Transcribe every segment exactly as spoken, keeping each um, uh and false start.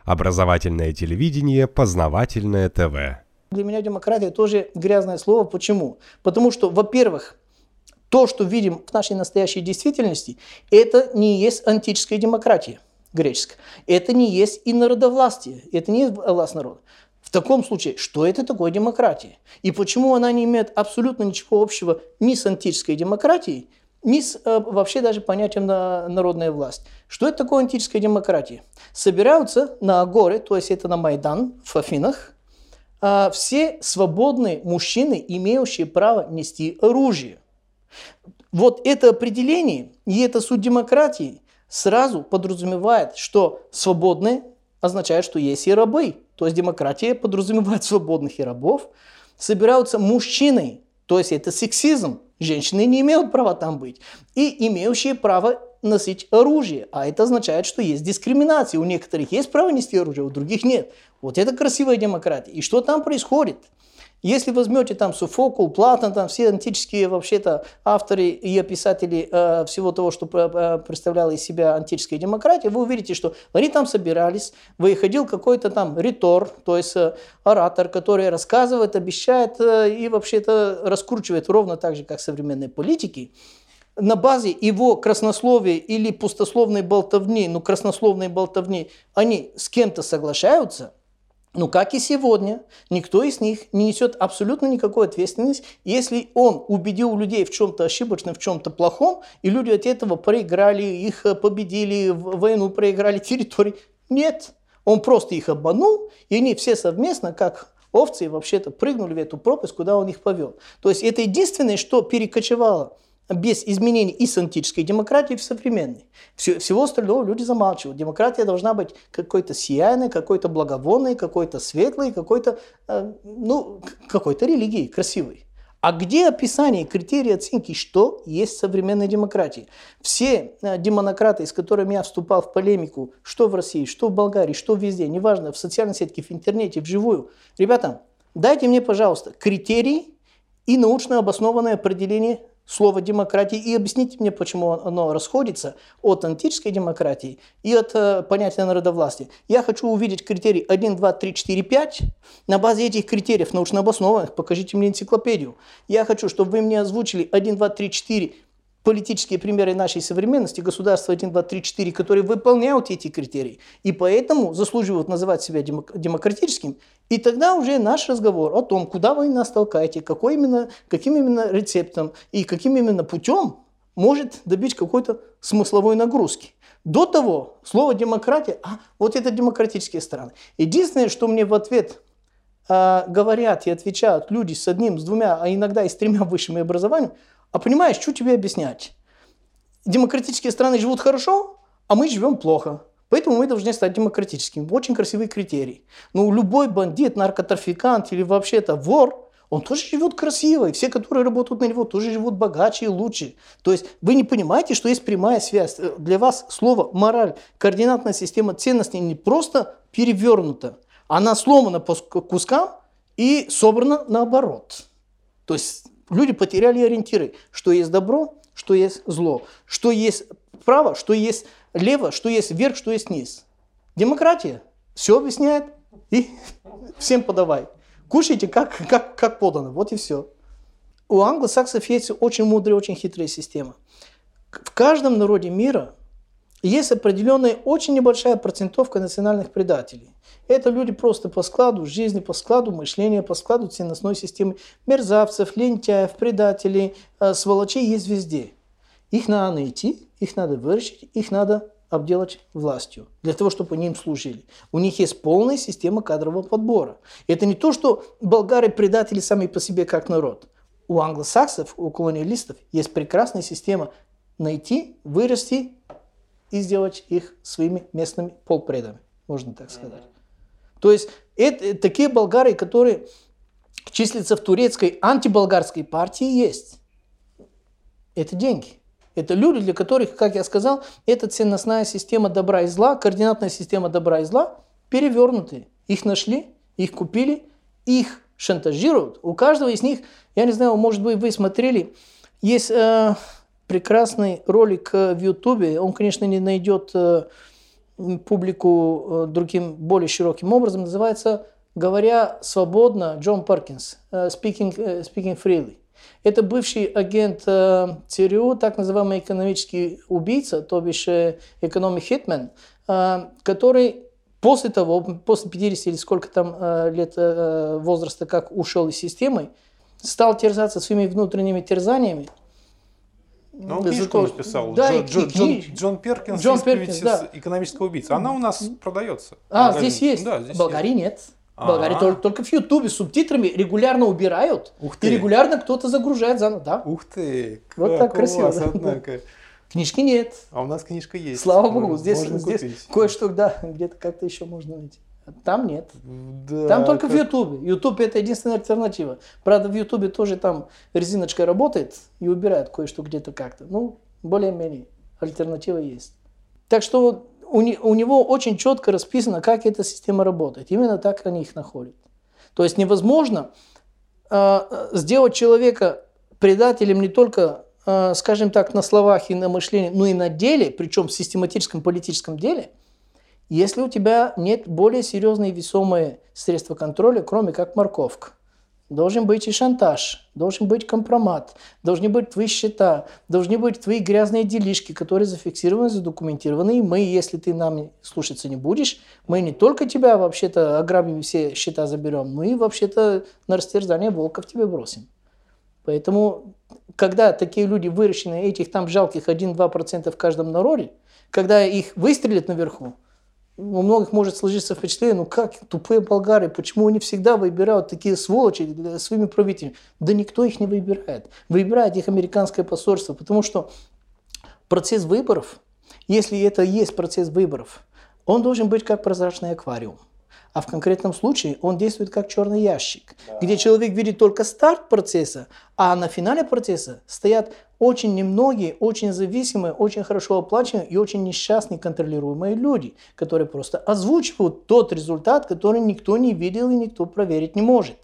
Образовательное телевидение, познавательное ТВ. Для меня демократия тоже грязное слово. Почему? Потому что, во-первых, то, что видим в нашей настоящей действительности, это не есть антическая демократия греческая. Это не есть и народовластие, это не есть власть народа. В таком случае, что это такое демократия? И почему она не имеет абсолютно ничего общего ни с антической демократией, ни с э, вообще даже понятием на народная власть. Что это такое антическая демократия? Собираются на Агоре, то есть это на Майдан в Афинах, э, все свободные мужчины, имеющие право нести оружие. Вот это определение и это суть демократии сразу подразумевает, что свободные означает, что есть и рабы. То есть демократия подразумевает свободных и рабов. Собираются мужчины, то есть это сексизм. Женщины не имеют права там быть. И имеющие право носить оружие. А это означает, что есть дискриминация. У некоторых есть право нести оружие, у других нет. Вот это красивая демократия. И что там происходит? Если возьмете там Софокл, Платон, там все антические вообще-то авторы и описатели э, всего того, что э, представляла из себя антическая демократия, вы увидите, что они там собирались, выходил какой-то там ритор, то есть э, оратор, который рассказывает, обещает э, и вообще-то раскручивает ровно так же, как современные политики. На базе его краснословия или пустословной болтовни, ну краснословной болтовни, они с кем-то соглашаются. Ну, как и сегодня, никто из них не несет абсолютно никакой ответственности, если он убедил людей в чем-то ошибочном, в чем-то плохом, и люди от этого проиграли, их победили, войну проиграли, территории. Нет, он просто их обманул, и они все совместно, как овцы, вообще-то прыгнули в эту пропасть, куда он их повел. То есть это единственное, что перекочевало без изменений из антической демократии в современной. Все, всего остального люди замалчивают. Демократия должна быть какой-то сияйной, какой-то благовонной, какой-то светлой, какой-то, э, ну, какой-то религией красивой. А где описание, критерии оценки, что есть современная демократия? Все э, демонократы, с которыми я вступал в полемику, что в России, что в Болгарии, что везде, неважно, в социальной сетке, в интернете, вживую. Ребята, дайте мне, пожалуйста, критерии и научно обоснованное определение слово демократии и объясните мне, почему оно расходится от антической демократии и от э, понятия народовластия. Я хочу увидеть критерии один, два, три, четыре, пять. На базе этих критериев научно обоснованных покажите мне энциклопедию. Я хочу, чтобы вы мне озвучили один, два, три, четыре политические примеры нашей современности, государства один, два, три, четыре, которые выполняют эти критерии и поэтому заслуживают называть себя демократическим. И тогда уже наш разговор о том, куда вы нас толкаете, какой именно, каким именно рецептом и каким именно путем может добить какой-то смысловой нагрузки. До того слово демократия, а вот это демократические страны. Единственное, что мне в ответ э, говорят и отвечают люди с одним, с двумя, а иногда и с тремя высшими образованиями, а понимаешь, что тебе объяснять? Демократические страны живут хорошо, а мы живем плохо. Поэтому мы должны стать демократическими. Очень красивый критерий. Но любой бандит, наркотрафикант или вообще-то вор, он тоже живет красиво. И все, которые работают на него, тоже живут богаче и лучше. То есть вы не понимаете, что есть прямая связь. Для вас слово «мораль», координатная система ценностей не просто перевернута, она сломана по кускам и собрана наоборот. То есть люди потеряли ориентиры, что есть добро, что есть зло, что есть право, что есть лево, что есть вверх, что есть низ. Демократия все объясняет и всем подавай. Кушайте, как, как, как подано, вот и все. У англосаксов есть очень мудрая, очень хитрая система. В каждом народе мира есть определенная очень небольшая процентовка национальных предателей. Это люди просто по складу жизни, по складу мышления, по складу ценностной системы. Мерзавцев, лентяев, предателей, э, сволочей есть везде. Их надо найти, их надо выращить, их надо обделать властью, для того, чтобы они им служили. У них есть полная система кадрового подбора. Это не то, что болгары предатели сами по себе как народ. У англосаксов, у колониалистов есть прекрасная система найти, вырасти и сделать их своими местными полпредами, можно так сказать. То есть это, такие болгары, которые числятся в турецкой антиболгарской партии, есть. Это деньги. Это люди, для которых, как я сказал, эта ценностная система добра и зла, координатная система добра и зла перевернуты. Их нашли, их купили, их шантажируют. У каждого из них, я не знаю, может быть, вы смотрели, есть э, прекрасный ролик в Ютубе, он, конечно, не найдет... Э, публику другим, более широким образом, называется «Говоря свободно» Джон Перкинс, speaking, speaking freely. Это бывший агент ЦРУ, так называемый экономический убийца, то бишь economic hitman, который после того, после пятидесяти или сколько там лет возраста, как ушел из системы, стал терзаться своими внутренними терзаниями. Но он книжку Зато... написал, да, Джо, Джо, книж... Джон, Джон Перкинс, Джон Перкинс, да. экономического убийца. Она у нас продается. А, Магазин. здесь есть? Да, здесь в Болгарии есть. нет. В Болгарии только, только в Ютубе с субтитрами регулярно убирают. Ух И ты. регулярно кто-то загружает заново. Да. Ух ты, Вот как так у красиво. вас, Да. однако. Книжки нет. А у нас книжка есть. Слава Можно- богу, здесь, можно здесь купить. кое-что, да, где-то как-то еще можно найти. Там нет. Да, Там только как- в Ютубе. Ютуб это единственная альтернатива. Правда, в Ютубе тоже там резиночка работает и убирает кое-что где-то как-то. Ну, более-менее альтернатива есть. Так что у, не- у него очень четко расписано, как эта система работает. Именно так они их находят. То есть невозможно э, сделать человека предателем не только, э, скажем так, на словах и на мышлении, но и на деле, причем в систематическом политическом деле, если у тебя нет более серьезные и весомые средства контроля, кроме как морковка. Должен быть и шантаж, должен быть компромат, должны быть твои счета, должны быть твои грязные делишки, которые зафиксированы, задокументированы. И мы, если ты нам слушаться не будешь, мы не только тебя вообще-то ограбим, все счета заберем, но и вообще-то на растерзание волков тебе бросим. Поэтому, когда такие люди выращены, этих там жалких один-два процента в каждом народе, когда их выстрелят наверху, у многих может сложиться впечатление, ну как тупые болгары, почему они всегда выбирают такие сволочи для своими правителями? Да никто их не выбирает. Выбирает их американское посольство, потому что процесс выборов, если это есть процесс выборов, он должен быть как прозрачный аквариум. А в конкретном случае он действует как черный ящик, да. где человек видит только старт процесса, а на финале процесса стоят очень немногие, очень зависимые, очень хорошо оплачиваемые и очень несчастные контролируемые люди, которые просто озвучивают тот результат, который никто не видел и никто проверить не может.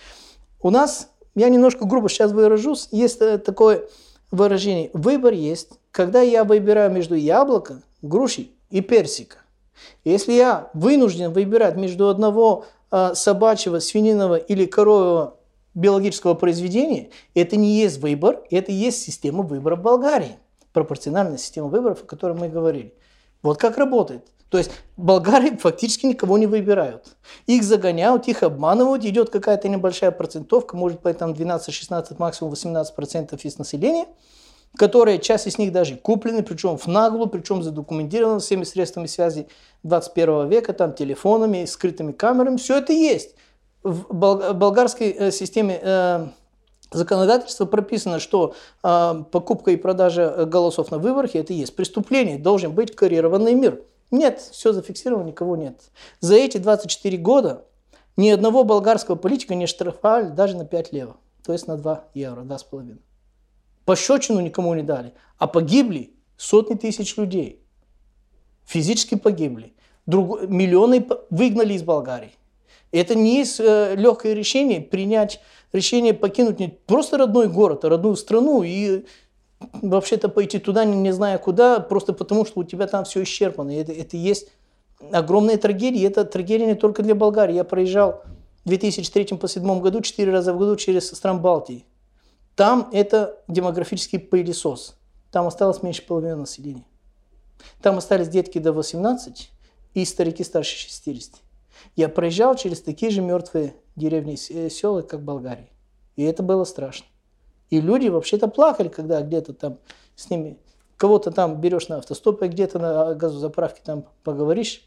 У нас, я немножко грубо сейчас выражусь, есть такое выражение: выбор есть, когда я выбираю между яблоком, грушей и персиком. Если я вынужден выбирать между одного э, собачьего, свининого или коровьего биологического произведения, это не есть выбор, это есть система выбора в Болгарии. Пропорциональная система выборов, о которой мы говорили. Вот как работает. То есть в Болгарии фактически никого не выбирают. Их загоняют, их обманывают, идет какая-то небольшая процентовка, может быть там двенадцать-шестнадцать, максимум восемнадцать процентов из населения, которые, часть из них даже куплены, причем в наглую, причем задокументированы всеми средствами связи двадцать первого века, там, телефонами, скрытыми камерами. Все это есть. В болгарской э, системе э, законодательства прописано, что э, покупка и продажа голосов на выборах – это и есть преступление, должен быть курированный мир. Нет, все зафиксировано, никого нет. За эти двадцать четыре года ни одного болгарского политика не штрафовали даже на пять лева, то есть на два евро, два с половиной. Пощечину никому не дали, а погибли сотни тысяч людей. Физически погибли. Друг... Миллионы выгнали из Болгарии. Это не есть э, легкое решение принять решение покинуть не просто родной город, а родную страну и вообще-то пойти туда, не, не зная куда, просто потому что у тебя там все исчерпано. И это, это есть огромная трагедия. Это трагедия не только для Болгарии. Я проезжал в две тысячи третьем по две тысячи седьмом году четыре раза в году через страны Балтии. Там это демографический пылесос. Там осталось меньше половины населения. Там остались детки до восемнадцати и старики старше шестидесяти. Я проезжал через такие же мертвые деревни и села, как в Болгарии. И это было страшно. И люди вообще-то плакали, когда где-то там с ними, кого-то там берешь на автостопе, где-то на газозаправке там поговоришь.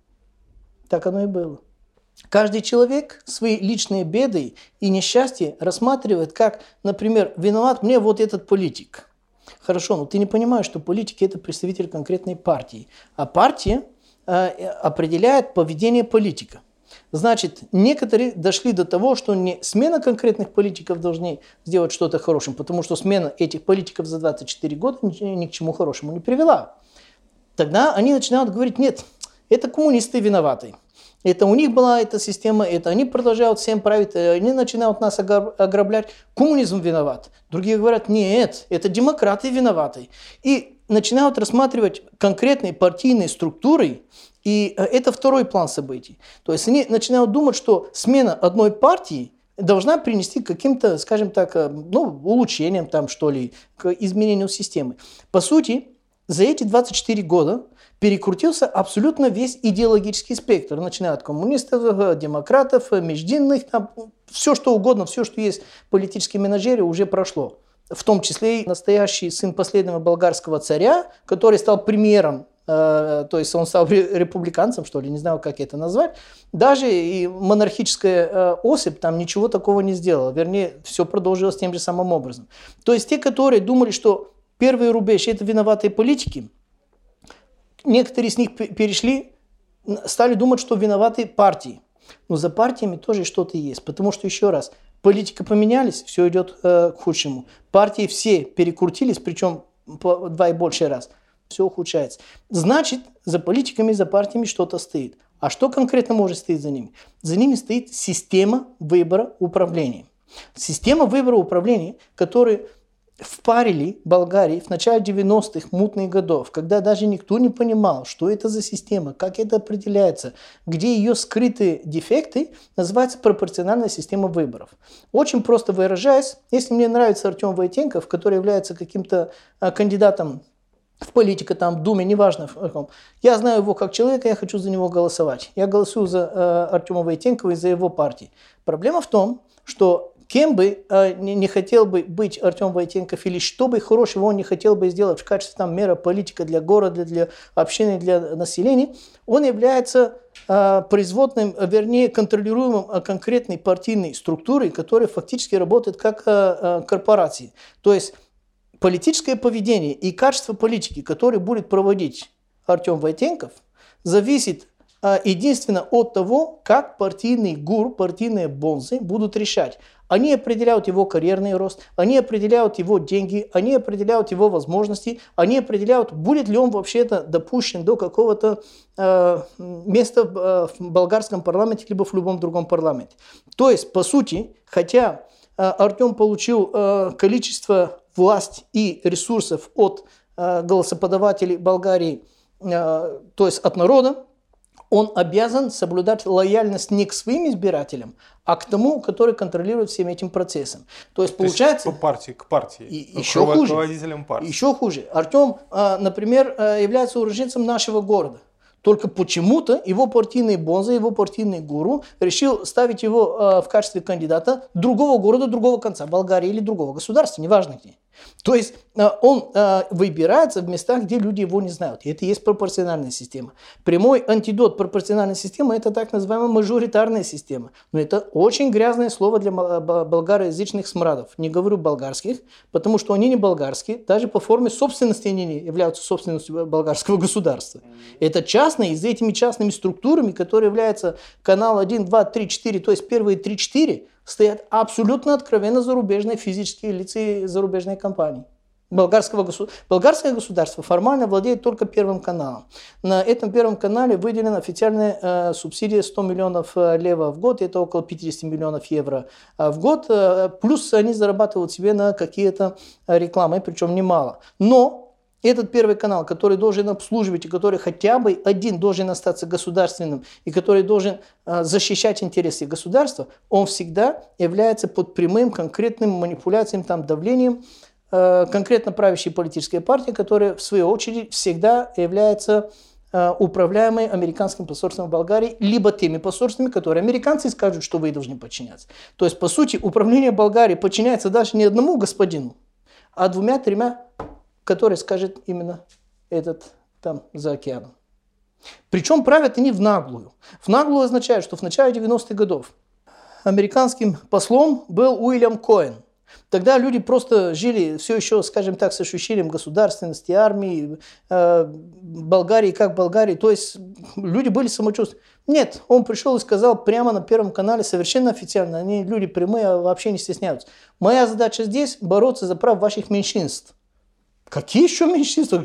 Так оно и было. Каждый человек свои личные беды и несчастья рассматривает как, например, виноват мне вот этот политик. Хорошо, но ты не понимаешь, что политик – это представитель конкретной партии. А партия э, определяет поведение политика. Значит, некоторые дошли до того, что не смена конкретных политиков должны сделать что-то хорошим, потому что смена этих политиков за двадцать четыре года ни, ни к чему хорошему не привела. Тогда они начинают говорить: нет, это коммунисты виноваты. Это у них была эта система, это они продолжают всем править, они начинают нас ограблять. Коммунизм виноват. Другие говорят: нет, это демократы виноваты. И начинают рассматривать конкретные партийные структуры, и это второй план событий. То есть они начинают думать, что смена одной партии должна принести к каким-то, скажем так, ну, улучшениям, там, что ли, к изменению системы. По сути, за эти двадцать четыре года перекрутился абсолютно весь идеологический спектр, начиная от коммунистов, демократов, междинных, там, все что угодно, все, что есть в политической менеджере, уже прошло. В том числе и настоящий сын последнего болгарского царя, который стал премьером, э, то есть он стал республиканцем, что ли, не знаю, как это назвать, даже и монархическая э, особь там ничего такого не сделала. Вернее, все продолжилось тем же самым образом. То есть те, которые думали, что первый рубеж – это виноватые политики, некоторые из них перешли, стали думать, что виноваты партии. Но за партиями тоже что-то есть. Потому что, еще раз, политика поменялись, все идет э, к худшему. Партии все перекрутились, причем по два и больше раз. Все ухудшается. Значит, за политиками, за партиями что-то стоит. А что конкретно может стоять за ними? За ними стоит система выбора управления. Система выбора управления, которая впарили Болгарии в начале девяностых мутных годов, когда даже никто не понимал, что это за система, как это определяется, где ее скрытые дефекты, называется пропорциональная система выборов. Очень просто выражаясь, если мне нравится Артем Войтенков, который является каким-то а, кандидатом в политику, там, в Думе, неважно в каком, я знаю его как человека, я хочу за него голосовать. Я голосую за э, Артема Войтенкова и за его партию. Проблема в том, что кем бы э, не, не хотел бы быть Артем Войтенков или что бы хорошего он не хотел бы сделать в качестве там, мэра, политика для города, для общины, для населения, он является э, производным, вернее, контролируемым э, конкретной партийной структурой, которая фактически работает как э, э, корпорации. То есть политическое поведение и качество политики, которое будет проводить Артем Войтенков, зависит э, единственно от того, как партийные гуру, партийные бонзы будут решать. Они определяют его карьерный рост, они определяют его деньги, они определяют его возможности, они определяют, будет ли он вообще-то допущен до какого-то э, места в, э, в болгарском парламенте, либо в любом другом парламенте. То есть, по сути, хотя э, Артем получил э, количество власти и ресурсов от э, голосоподавателей Болгарии, э, то есть от народа, он обязан соблюдать лояльность не к своим избирателям, а к тому, который контролирует всем этим процессом. То есть, То получается... есть по партии, к партии. И, ну, еще хуже. Руководителем партии. Еще хуже. Артем, например, является уроженцем нашего города. Только почему-то его партийный бонза, его партийный гуру решил ставить его в качестве кандидата другого города, другого конца Болгарии или другого государства, неважно где. То есть он выбирается в местах, где люди его не знают. И это и есть пропорциональная система. Прямой антидот пропорциональной системы – это так называемая мажоритарная система. Но это очень грязное слово для болгароязычных смрадов. Не говорю болгарских, потому что они не болгарские. Даже по форме собственности они не являются собственностью болгарского государства. Это частные, и за этими частными структурами, которые являются канал один, два, три, четыре, то есть первые три-четыре, стоят абсолютно откровенно зарубежные физические лица и зарубежные компании. Болгарского госу... Болгарское государство формально владеет только первым каналом. На этом первом канале выделена официальная э, субсидия сто миллионов лева в год, это около пятьдесят миллионов евро в год, э, плюс они зарабатывают себе на какие-то рекламы, причем немало. Но этот первый канал, который должен обслуживать, и который хотя бы один должен остаться государственным, и который должен э, защищать интересы государства, он всегда является под прямым конкретным манипуляцией, там, давлением э, конкретно правящей политической партии, которая в свою очередь всегда является э, управляемой американским посольством в Болгарии, либо теми посольствами, которые американцы скажут, что вы должны подчиняться. То есть, по сути, управление Болгарией подчиняется даже не одному господину, а двумя-тремя, который скажет именно этот там за океаном. Причем правят они в наглую. В наглую означает, что в начале девяностых годов американским послом был Уильям Коэн. Тогда люди просто жили все еще, скажем так, с ощущением государственности, армии, э, Болгарии как Болгарии. То есть люди были самочувственны. Нет, он пришел и сказал прямо на Первом канале, совершенно официально. Они люди прямые, вообще не стесняются. Моя задача здесь бороться за права ваших меньшинств. Какие еще меньшинства?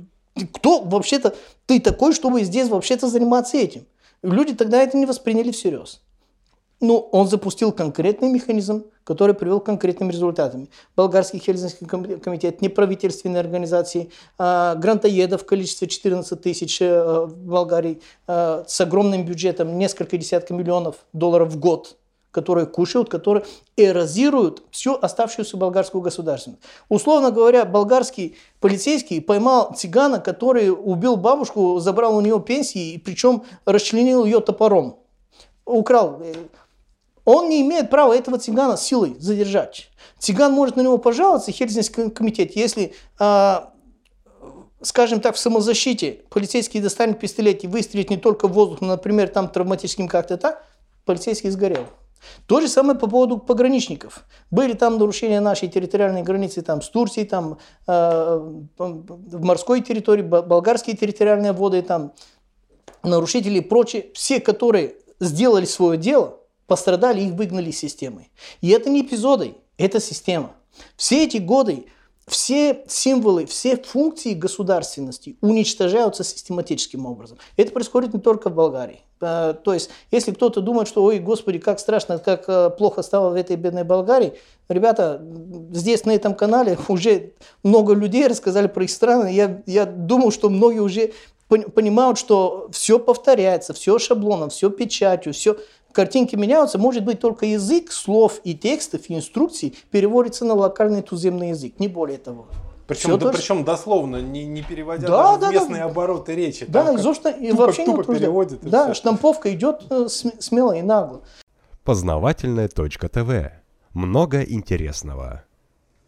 Кто вообще-то ты такой, чтобы здесь вообще-то заниматься этим? Люди тогда это не восприняли всерьез. Ну, он запустил конкретный механизм, который привел к конкретным результатам. Болгарский Хельсинский комитет, неправительственные организации, э, грантоедов в количестве четырнадцать тысяч э, в Болгарии, э, с огромным бюджетом, несколько десятков миллионов долларов в год, которые кушают, которые эрозируют всю оставшуюся болгарскую государственность. Условно говоря, болгарский полицейский поймал цыгана, который убил бабушку, забрал у нее пенсии, и причем расчленил ее топором. Украл. Он не имеет права этого цыгана силой задержать. Цыган может на него пожаловаться, Хельсинский комитет, если, э, скажем так, в самозащите полицейский достанет пистолет и выстрелит не только в воздух, но, например, там травматическим как-то так, полицейский сгорел. То же самое по поводу пограничников. Были там нарушения нашей территориальной границы там, с Турцией, там, э, в морской территории, болгарские территориальные воды, там, нарушители и прочее. Все, которые сделали свое дело, пострадали, их выгнали из системы. И это не эпизоды, это система. Все эти годы все символы, все функции государственности уничтожаются систематическим образом. Это происходит не только в Болгарии. То есть, если кто-то думает, что, ой, господи, как страшно, как плохо стало в этой бедной Болгарии, ребята, здесь на этом канале уже много людей рассказали про их страны. Я, я думаю, что многие уже понимают, что все повторяется, все шаблоном, все печатью, все... Картинки меняются, может быть, только язык слов и текстов, и инструкций переводится на локальный туземный язык, не более того. Причем, да, причем дословно, не, не переводя да, даже да, в местные да. обороты речи. Да, изошто... и тупо, вообще тупо не переводит. Да, все. штамповка идет смело и нагло. Познавательная точка ТВ. Много интересного.